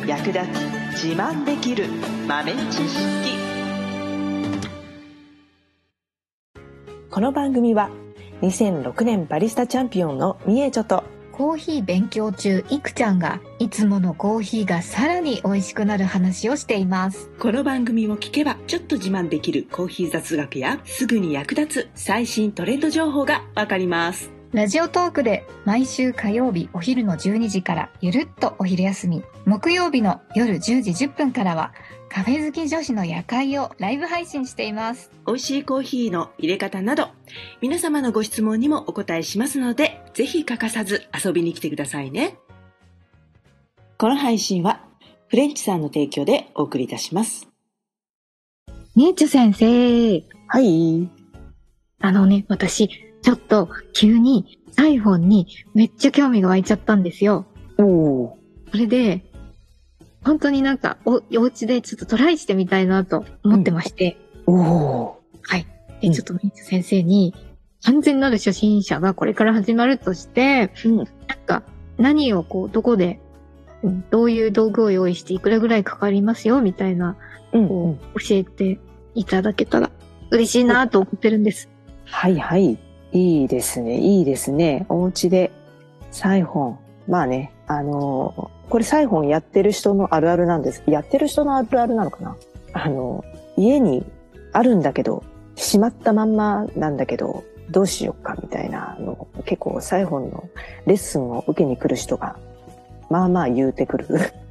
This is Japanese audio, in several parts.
役立つ自慢できる豆知識。この番組は2006年バリスタチャンピオンのみえちょとコーヒー勉強中いくちゃんがいつものコーヒーがさらに美味しくなる話をしています。 この番組を聞けばちょっと自慢できるコーヒー雑学やすぐに役立つ最新トレンド情報がわかります。 ラジオトークで毎週火曜日お昼の12時からゆるっとお昼休み、木曜日の夜10時10分からはカフェ好き女子の夜会をライブ配信しています。 美味しいコーヒーの入れ方など皆様のご質問にもお答えしますので、ぜひ欠かさず遊びに来てくださいね。この配信はフレンチさんの提供でお送りいたします。 ねえちょ先生。 はい。 私ちょっと急にサイフォンにめっちゃ興味が湧いちゃったんですよ。 おー。 それで本当にお家でちょっとトライしてみたいなと思ってまして。 おー。 はい。で、ちょっとみつ先生に、完全なる初心者がこれから始まるとして、何をどこで、どういう道具を用意していくらぐらいかかりますよ、みたいな、教えていただけたら嬉しいなと思ってるんです。 はいはい。いいですね、いいですね。お家でサイフォン。まあね、これサイフォンやってる人のあるあるなんです。やってる人のあるあるなのかな。家にあるんだけど、しまったまんまなんだけど、どうしようかみたいなの、結構サイフォンのレッスンを受けに来る人が、まあまあ言うてくる。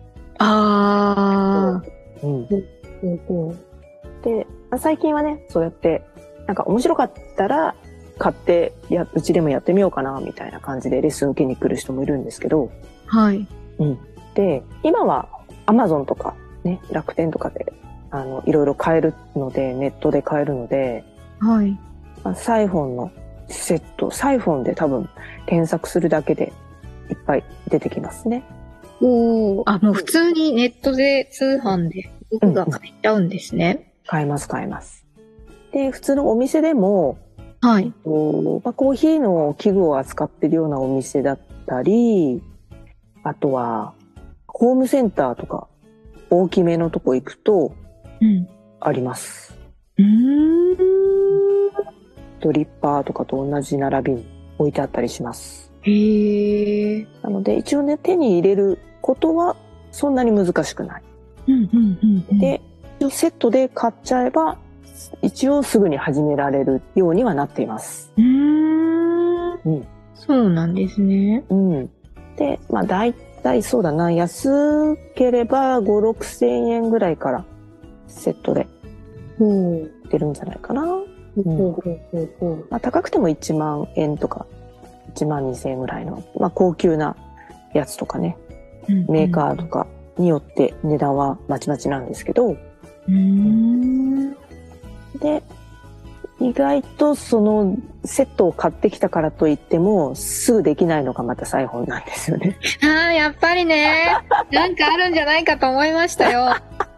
あー。 うん。で、最近はね、そうやって、面白かったら、買ってうちでもやってみようかなみたいな感じでレッスン受けに来る人もいるんですけど、 はい。 で、今は Amazon とかね、楽天とかでいろいろ買えるので、ネットで買えるので、 はい。 サイフォンのセット、サイフォンで多分検索するだけでいっぱい出てきますね。 もう普通にネットで通販で僕が買えちゃうんですね。 買えます。で、普通のお店でも、 はい。 コーヒーの器具を扱ってるようなお店だったり、あとはホームセンターとか大きめのとこ行くとあります。ドリッパーとかと同じ並びに置いてあったりします。 へー。 なので一応ね、手に入れることはそんなに難しくない。で、セットで買っちゃえば一応すぐに始められるようにはなっています。 そうなんですね。 で、だいたいそうだな、安ければ5、6千円ぐらいからセットで出るんじゃないかな。高くても1万円とか1万2千円ぐらいの、高級なやつとかね、メーカーとかによって値段はまちまちなんですけど、で、意外とそのセットを買ってきたからといってもすぐできないのがまたサイフォンなんですよね。 やっぱりね、なんかあるんじゃないかと思いましたよ。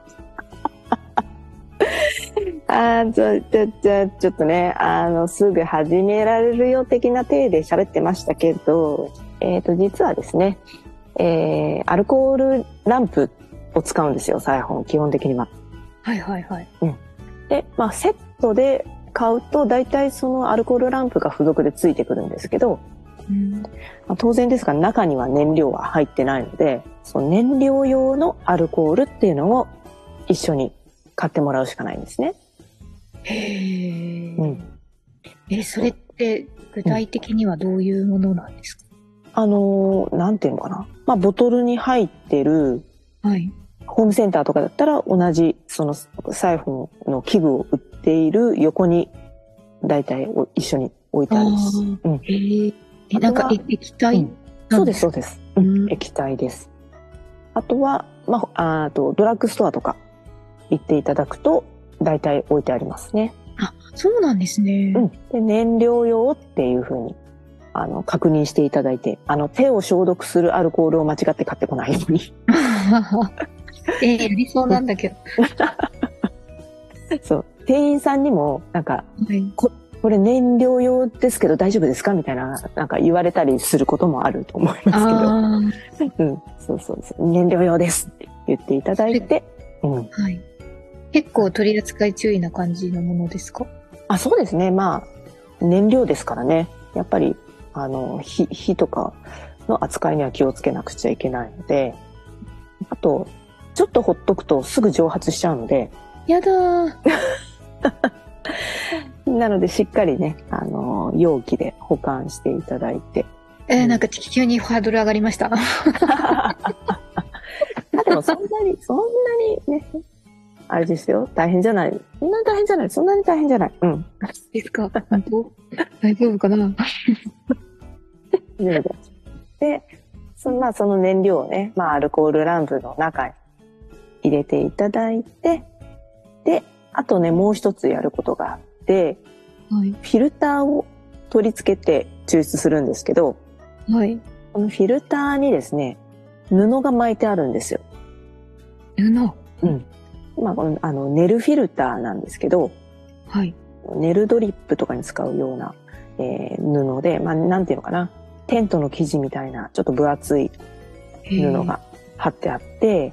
ちょっとね、すぐ始められるよ的な体で喋ってましたけど、実はですね、アルコールランプを使うんですよ、サイフォン基本的には。 はいはいはい。 で、セットで買うと大体そのアルコールランプが付属でついてくるんですけど、当然ですが中には燃料は入ってないので、その燃料用のアルコールっていうのを一緒に買ってもらうしかないんですね。 へー。それって具体的にはどういうものなんですか？ なんていうのかな。ボトルに入ってる、ホームセンターとかだったら同じそのサイフォンの器具を売っている横に大体一緒に置いてあるし。 液体？ そうです。液体です。あとは、ドラッグストアとか行っていただくと大体置いてありますね。 そうなんですね。 で、燃料用っていう風に確認していただいて、手を消毒するアルコールを間違って買ってこないように。 やりそうなんだけど。 そう、店員さんにもこれ燃料用ですけど大丈夫ですかみたいな言われたりすることもあると思いますけど、そう燃料用ですって言っていただいて、 はい。結構取り扱い注意な感じのものですか？ そうですね。燃料ですからね。やっぱり、火とかの扱いには気をつけなくちゃいけないので、あと、ちょっとほっとくとすぐ蒸発しちゃうので。 やだー。 なので、しっかりね、容器で保管していただいて。 なんか急にハードル上がりました。 でもそんなにね、あれですよ。大変じゃない。そんなに大変じゃない。そんなに大変じゃない。うん。 ですか？本当？大丈夫かな？ で、その燃料をね、アルコールランプの中に入れていただいて、で、あとね、もう一つやることがあって、 はい、 フィルターを取り付けて抽出するんですけど、 はい、 このフィルターにですね、布が巻いてあるんですよ。 布？うん。 このネルフィルターなんですけど、 はい。 ネルドリップとかに使うような、布で、なんていうのかな、テントの生地みたいなちょっと分厚い布が貼ってあって、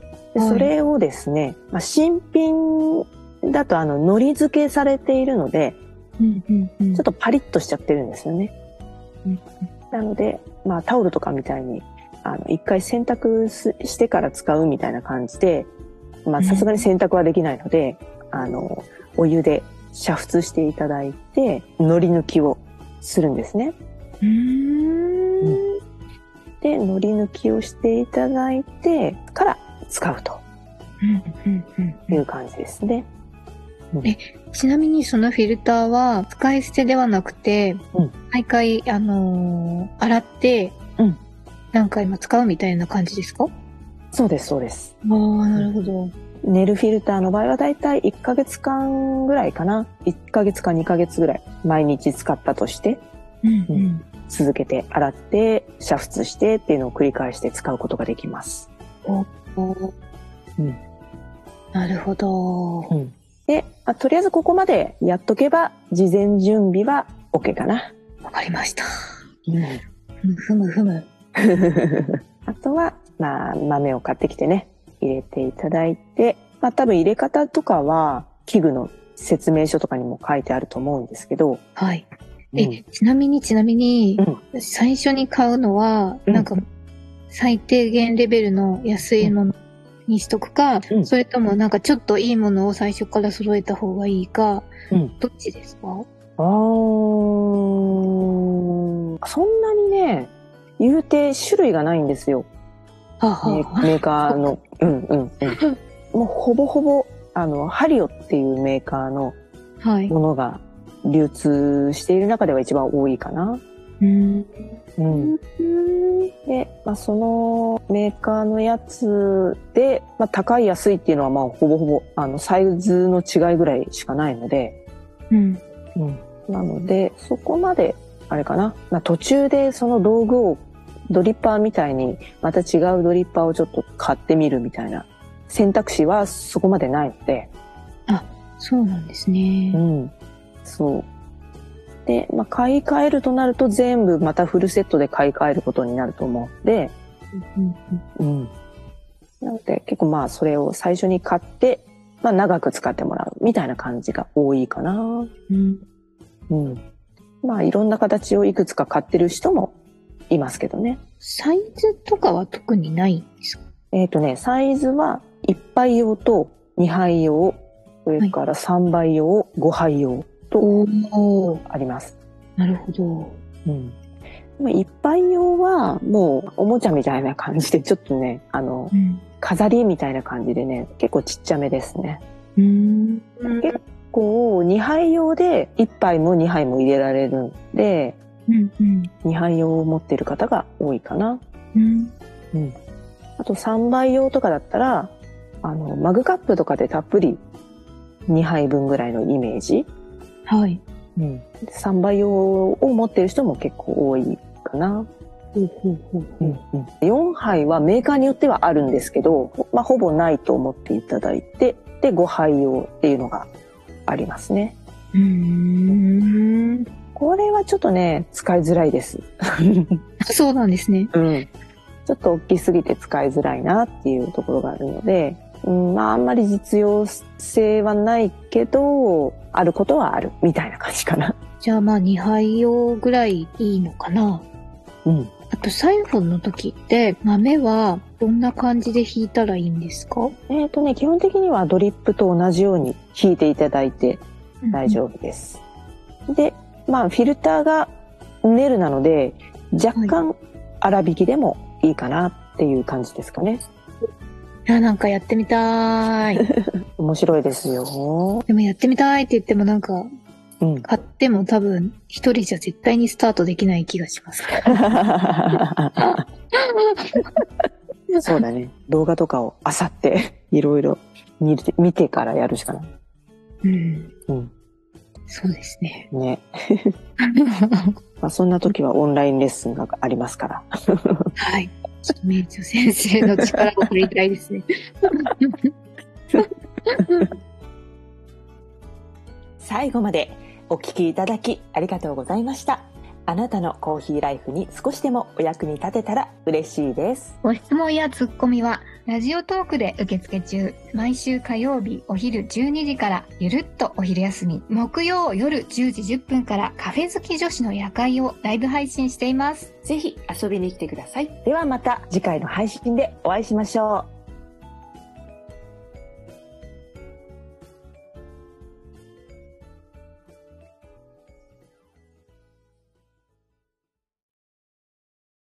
でそれをですね、新品だと糊付けされているので、ちょっとパリッとしちゃってるんですよね。なので、タオルとかみたいに一回洗濯してから使うみたいな感じで、さすがに洗濯はできないので、お湯で煮沸していただいて、糊抜きをするんですね。で、糊抜きをしていただいてから使うという感じですね。 ちなみにそのフィルターは使い捨てではなくて、毎回、洗って、何回も使うみたいな感じですか？ そうです、そうです。 なるほど。 ネルフィルターの場合はだいたい1ヶ月間ぐらいかな。1ヶ月か2ヶ月ぐらい毎日使ったとして、続けて洗って煮沸してっていうのを繰り返して使うことができます。 なるほど。 で、とりあえずここまでやっとけば事前準備は OK かな。 わかりました。ふむ。 あとは、豆を買ってきてね、入れていただいて、多分入れ方とかは器具の説明書とかにも書いてあると思うんですけど。 はい。ちなみに、最初に買うのは、なんか、最低限レベルの安いものにしとくか、それともなんかちょっといいものを最初から揃えた方がいいか、どっちですか？ そんなにね、言うて種類がないんですよ。メーカーの。もうほぼほぼ、ハリオっていうメーカーのものが流通している中では一番多いかな。で、そのメーカーのやつで、高い安いっていうのはほぼほぼサイズの違いぐらいしかないので、なのでそこまであれかな。途中でその道具をドリッパーみたいにまた違うドリッパーをちょっと買ってみるみたいな選択肢はそこまでないので。 そうなんですね。 そう。で、買い替えるとなると全部またフルセットで買い替えることになると思うので、なので結構それを最初に買って、長く使ってもらうみたいな感じが多いかな。いろんな形をいくつか買ってる人もいますけどね。 サイズとかは特にないんですか？ サイズは1杯用と2杯用、それから3杯用、5杯用とあります。 なるほど。 1杯用はもうおもちゃみたいな感じでちょっとね、飾りみたいな感じでね、結構ちっちゃめですね。結構2杯用で1杯も2杯も入れられるんで、2杯用を持ってる方が多いかな。あと3杯用とかだったらマグカップとかでたっぷり2杯分ぐらいのイメージ。3杯用を持ってる人も結構多いかな。4杯はメーカーによってはあるんですけど、ほぼないと思っていただいて、で5杯用っていうのがありますね。これはちょっとね、使いづらいです。 そうなんですね。 ちょっと大きすぎて使いづらいなっていうところがあるので、まああんまり実用性はないけど、あることはあるみたいな感じかな。 じゃあまあ2杯用ぐらいいいのかな。あとサイフォンの時って豆はどんな感じで引いたらいいんですか？ 基本的にはドリップと同じように引いていただいて大丈夫です。で、まあフィルターがネルなので若干粗挽きでもいいかなっていう感じですかね。 なんかやってみたい。 面白いですよ。 でもやってみたいって言ってもなんか、買っても多分一人じゃ絶対にスタートできない気がします。 そうだね。動画とかを漁っていろいろ見てからやるしかない。 そうですね。 ね。まあそんな時はオンラインレッスンがありますから。 はい。ちょっと名著先生の力を借りたいですね。 最後までお聞きいただきありがとうございました。あなたのコーヒーライフに少しでもお役に立てたら嬉しいです。 ご質問やツッコミはラジオトークで受付中。毎週火曜日お昼12時からゆるっとお昼休み、木曜夜10時10分からカフェ好き女子の夜会をライブ配信しています。 ぜひ遊びに来てください。 ではまた次回の配信でお会いしましょう。